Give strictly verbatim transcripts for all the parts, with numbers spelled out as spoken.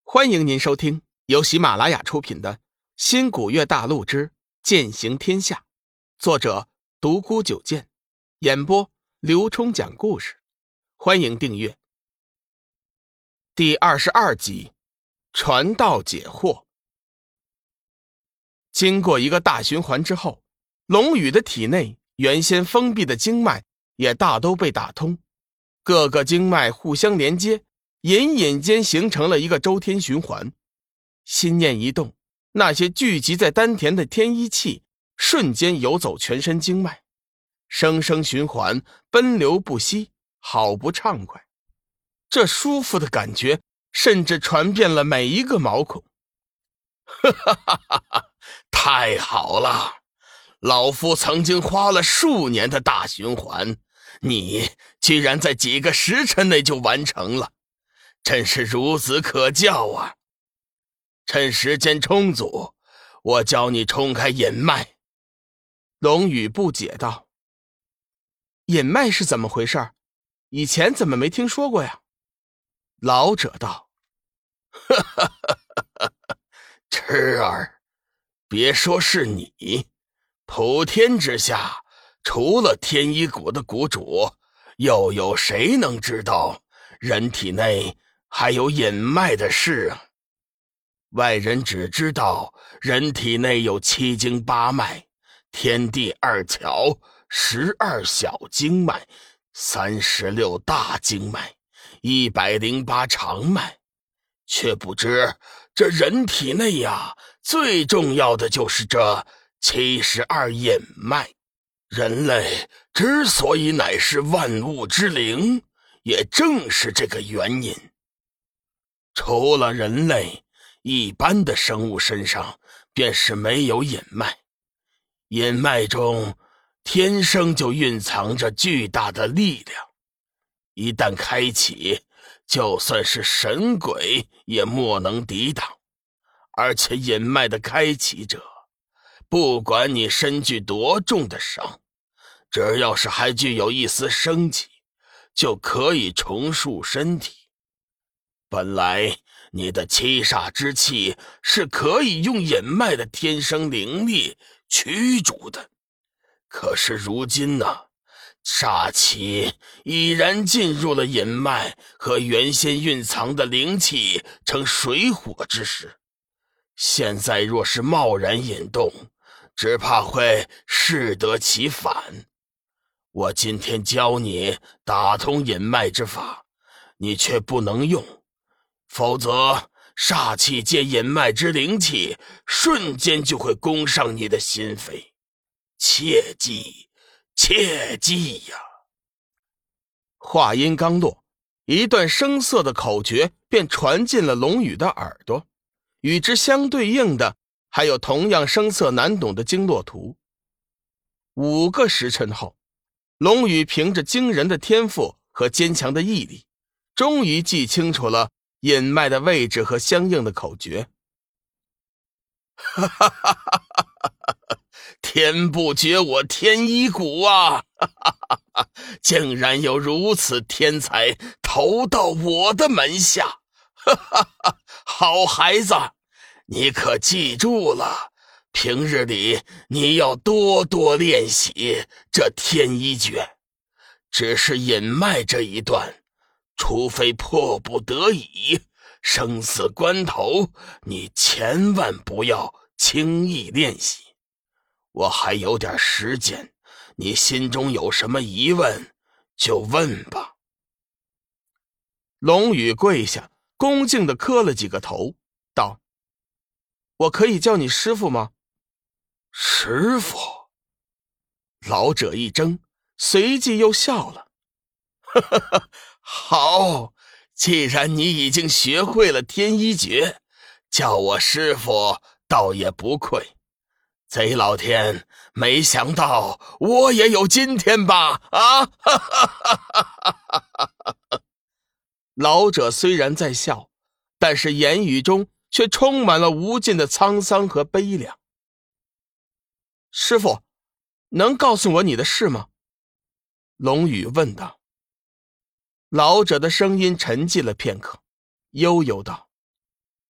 欢迎您收听由喜马拉雅出品的《新古月大陆之剑行天下》，作者独孤九剑，演播刘冲讲故事。欢迎订阅。第二十二集，传道解惑。经过一个大循环之后，龙宇的体内原先封闭的经脉也大都被打通，各个经脉互相连接，隐隐间形成了一个周天循环。心念一动，那些聚集在丹田的天一气瞬间游走全身经脉，生生循环，奔流不息，好不畅快。这舒服的感觉甚至传遍了每一个毛孔。 哈哈哈哈哈！太好了，老夫曾经花了数年的大循环，你居然在几个时辰内就完成了，真是孺子可教啊！趁时间充足，我教你冲开隐脉。 龙宇不解道：隐脉是怎么回事？以前怎么没听说过呀？ 老者道：哈哈哈哈哈！侄儿，别说是你，普天之下除了天一谷的谷主，又有谁能知道人体内还有隐脉的事啊？外人只知道人体内有七经八脉，天地二窍，十二小经脉，三十六大经脉，一百零八长脉，却不知这人体内呀，最重要的就是这七十二隐脉。人类之所以乃是万物之灵，也正是这个原因。除了人类，一般的生物身上便是没有隐脉，隐脉中天生就蕴藏着巨大的力量，一旦开启，就算是神鬼也莫能抵挡。而且隐脉的开启者，不管你身具多重的伤，只要是还具有一丝生气，就可以重塑身体。本来你的七煞之气是可以用隐脉的天生灵力驱逐的，可是如今呢，煞气已然进入了隐脉，和原先蕴藏的灵气成水火之势。现在若是贸然引动，只怕会适得其反。我今天教你打通隐脉之法，你却不能用，否则煞气借隐脉之灵气，瞬间就会攻上你的心扉。切记，切记呀！ 话音刚落，一段生涩的口诀便传进了龙宇的耳朵，与之相对应的还有同样生涩难懂的经络图。五个时辰后，龙宇凭着惊人的天赋和坚强的毅力，终于记清楚了隐脉的位置和相应的口诀。 哈哈哈哈哈！天不绝我天一谷啊！哈哈哈哈！竟然有如此天才投到我的门下！哈哈哈！好孩子，你可记住了，平日里你要多多练习这天一诀。只是隐脉这一段，除非迫不得已，生死关头，你千万不要轻易练习。我还有点时间，你心中有什么疑问就问吧。 龙宇跪下，恭敬地磕了几个头，道：我可以叫你师父吗？ 师父？ 老者一怔，随即又笑了。 哈哈哈，好，既然你已经学会了天一诀，叫我师父倒也不愧。贼老天，没想到我也有今天吧？啊！哈哈哈哈哈哈！ 老者虽然在笑，但是言语中却充满了无尽的沧桑和悲凉。师父，能告诉我你的事吗？龙宇问道。老者的声音沉寂了片刻，悠悠道：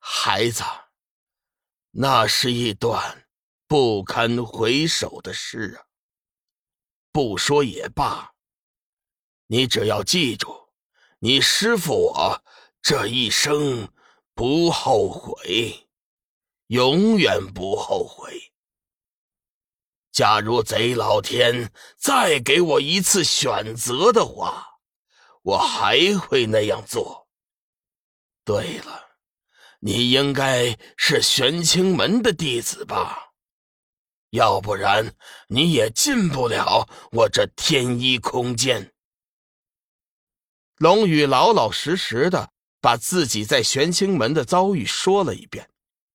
孩子，那是一段不堪回首的事啊。不说也罢，你只要记住，你师父我这一生不后悔，永远不后悔。假如贼老天再给我一次选择的话，我还会那样做。对了，你应该是玄清门的弟子吧？要不然你也进不了我这天一空间。 龙宇老老实实的把自己在玄清门的遭遇说了一遍。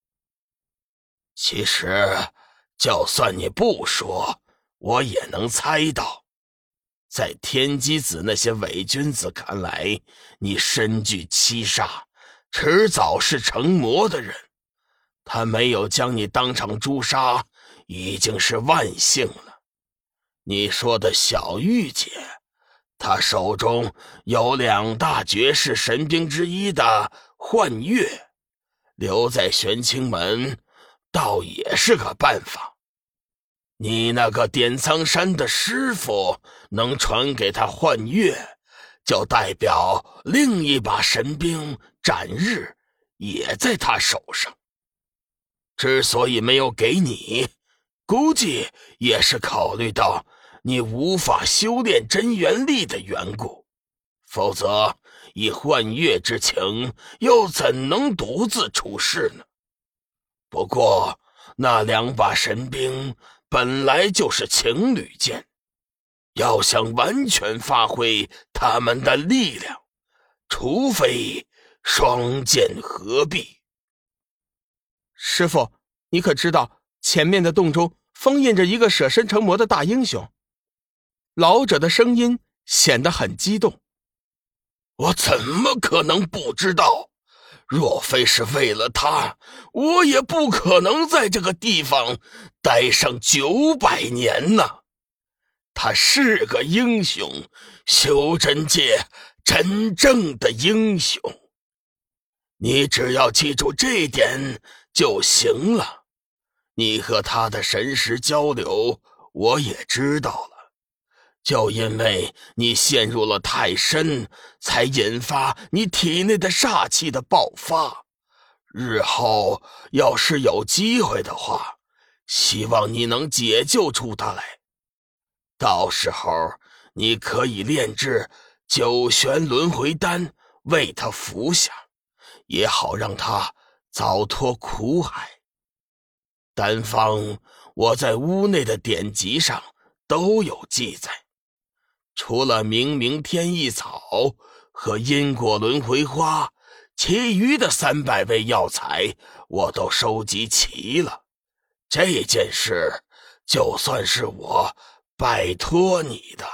其实就算你不说，我也能猜到，在天机子那些伪君子看来，你身具七煞，迟早是成魔的人。他没有将你当场诛杀，已经是万幸了。你说的小玉姐，她手中有两大绝世神兵之一的幻月，留在玄清门倒也是个办法。你那个点苍山的师傅能传给他幻月，就代表另一把神兵斩日也在他手上。之所以没有给你，估计也是考虑到你无法修炼真元力的缘故，否则以幻月之情，又怎能独自出世呢？不过那两把神兵本来就是情侣剑，要想完全发挥他们的力量，除非双剑合璧。 师父，你可知道前面的洞中封印着一个舍身成魔的大英雄？老者的声音显得很激动。 我怎么可能不知道？若非是为了他，我也不可能在这个地方待上九百年呢。他是个英雄，修真界真正的英雄。你只要记住这一点就行了。你和他的神识交流，我也知道了。就因为你陷入了太深，才引发你体内的煞气的爆发。日后要是有机会的话，希望你能解救出他来。到时候你可以炼制九玄轮回丹为他服下，也好让他早脱苦海。丹方我在屋内的典籍上都有记载，除了明明天意草和因果轮回花，其余的三百味药材我都收集齐了。这件事就算是我拜托你的。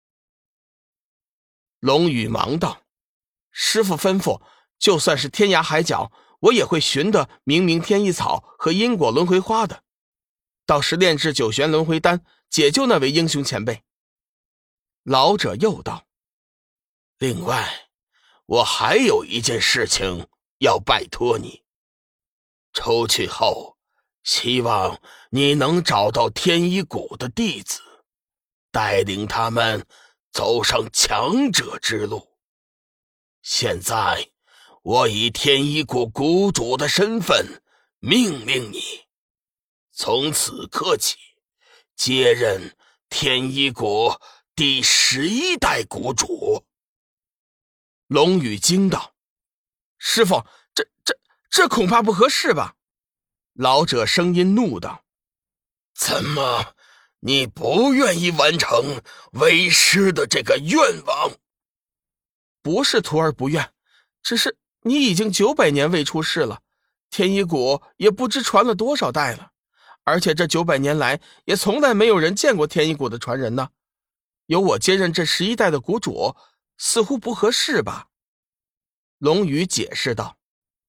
龙宇忙道：师父吩咐，就算是天涯海角，我也会寻得明明天意草和因果轮回花的，到时炼制九玄轮回丹，解救那位英雄前辈。老者又道： 另外，我还有一件事情要拜托你。出去后，希望你能找到天一谷的弟子，带领他们走上强者之路。现在我以天一谷谷主的身份命令你，从此刻起接任天一谷第十一代谷主。 龙宇惊道：师父，这这这恐怕不合适吧？老者声音怒道： 怎么，你不愿意完成为师的这个愿望？ 不是徒儿不愿，只是你已经九百年未出世了，天一谷也不知传了多少代了，而且这九百年来也从来没有人见过天一谷的传人呢。由我接任这十一代的谷主，似乎不合适吧？龙宇解释道：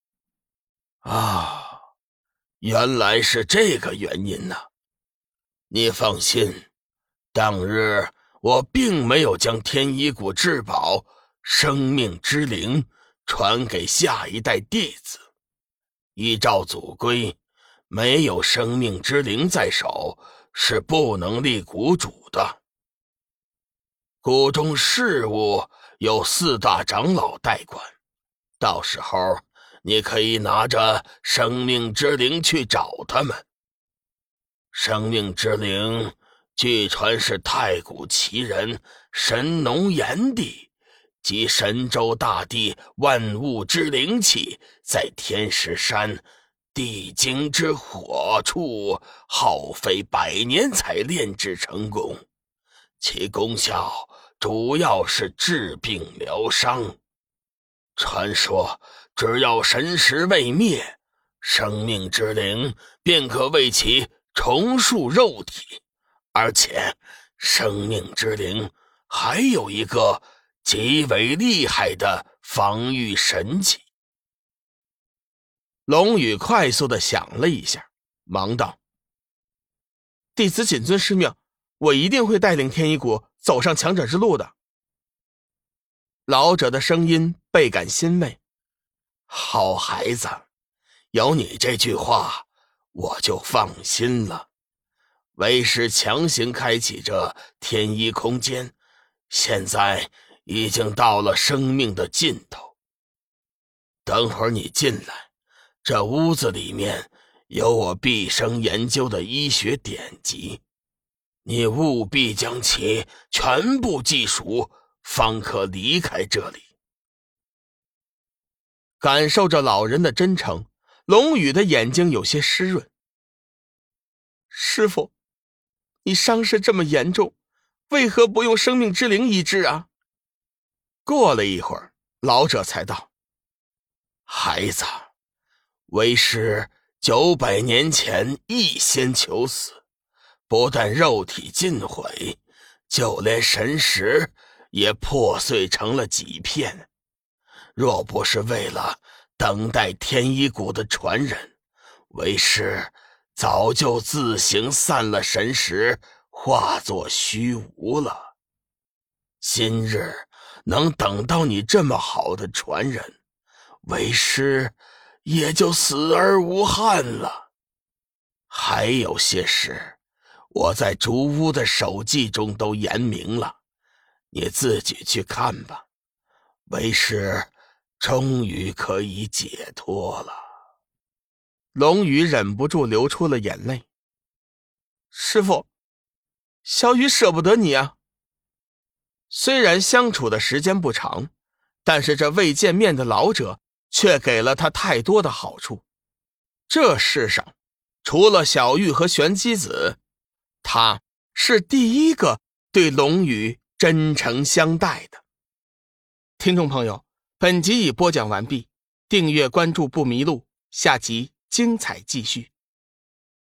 啊，原来是这个原因呢。你放心，当日我并没有将天一谷至宝生命之灵传给下一代弟子， 依照祖规，没有生命之灵在手，是不能立谷主的。谷中事务有四大长老代管，到时候你可以拿着生命之灵去找他们。生命之灵据传是太古奇人神农炎帝及神州大地万物之灵气，在天石山地精之火处耗费百年才炼制成功，其功效主要是治病疗伤。传说只要神识未灭，生命之灵便可为其重塑肉体，而且生命之灵还有一个极为厉害的防御神器。 龙宇快速地想了一下，忙道：弟子谨遵师命，我一定会带领天一谷走上强者之路的。老者的声音倍感欣慰： 好孩子，有你这句话我就放心了。为师强行开启这天一空间，现在已经到了生命的尽头。等会儿你进来，这屋子里面有我毕生研究的医学典籍，你务必将其全部记熟，方可离开这里。 感受着老人的真诚，龙宇的眼睛有些湿润。师父，你伤势这么严重，为何不用生命之灵医治啊？ 过了一会儿，老者才道：孩子，为师九百年前一仙求死，不但肉体尽毁，就连神识也破碎成了几片。若不是为了等待天一谷的传人，为师早就自行散了神识，化作虚无了。今日能等到你这么好的传人，为师也就死而无憾了。还有些事，我在竹屋的手记中都言明了，你自己去看吧。为师终于可以解脱了。 龙宇忍不住流出了眼泪。师父，小雨舍不得你啊。虽然相处的时间不长，但是这未见面的老者却给了他太多的好处。这世上除了小玉和玄机子，他是第一个对龙宇真诚相待的。听众朋友，本集已播讲完毕，订阅关注不迷路，下集精彩继续。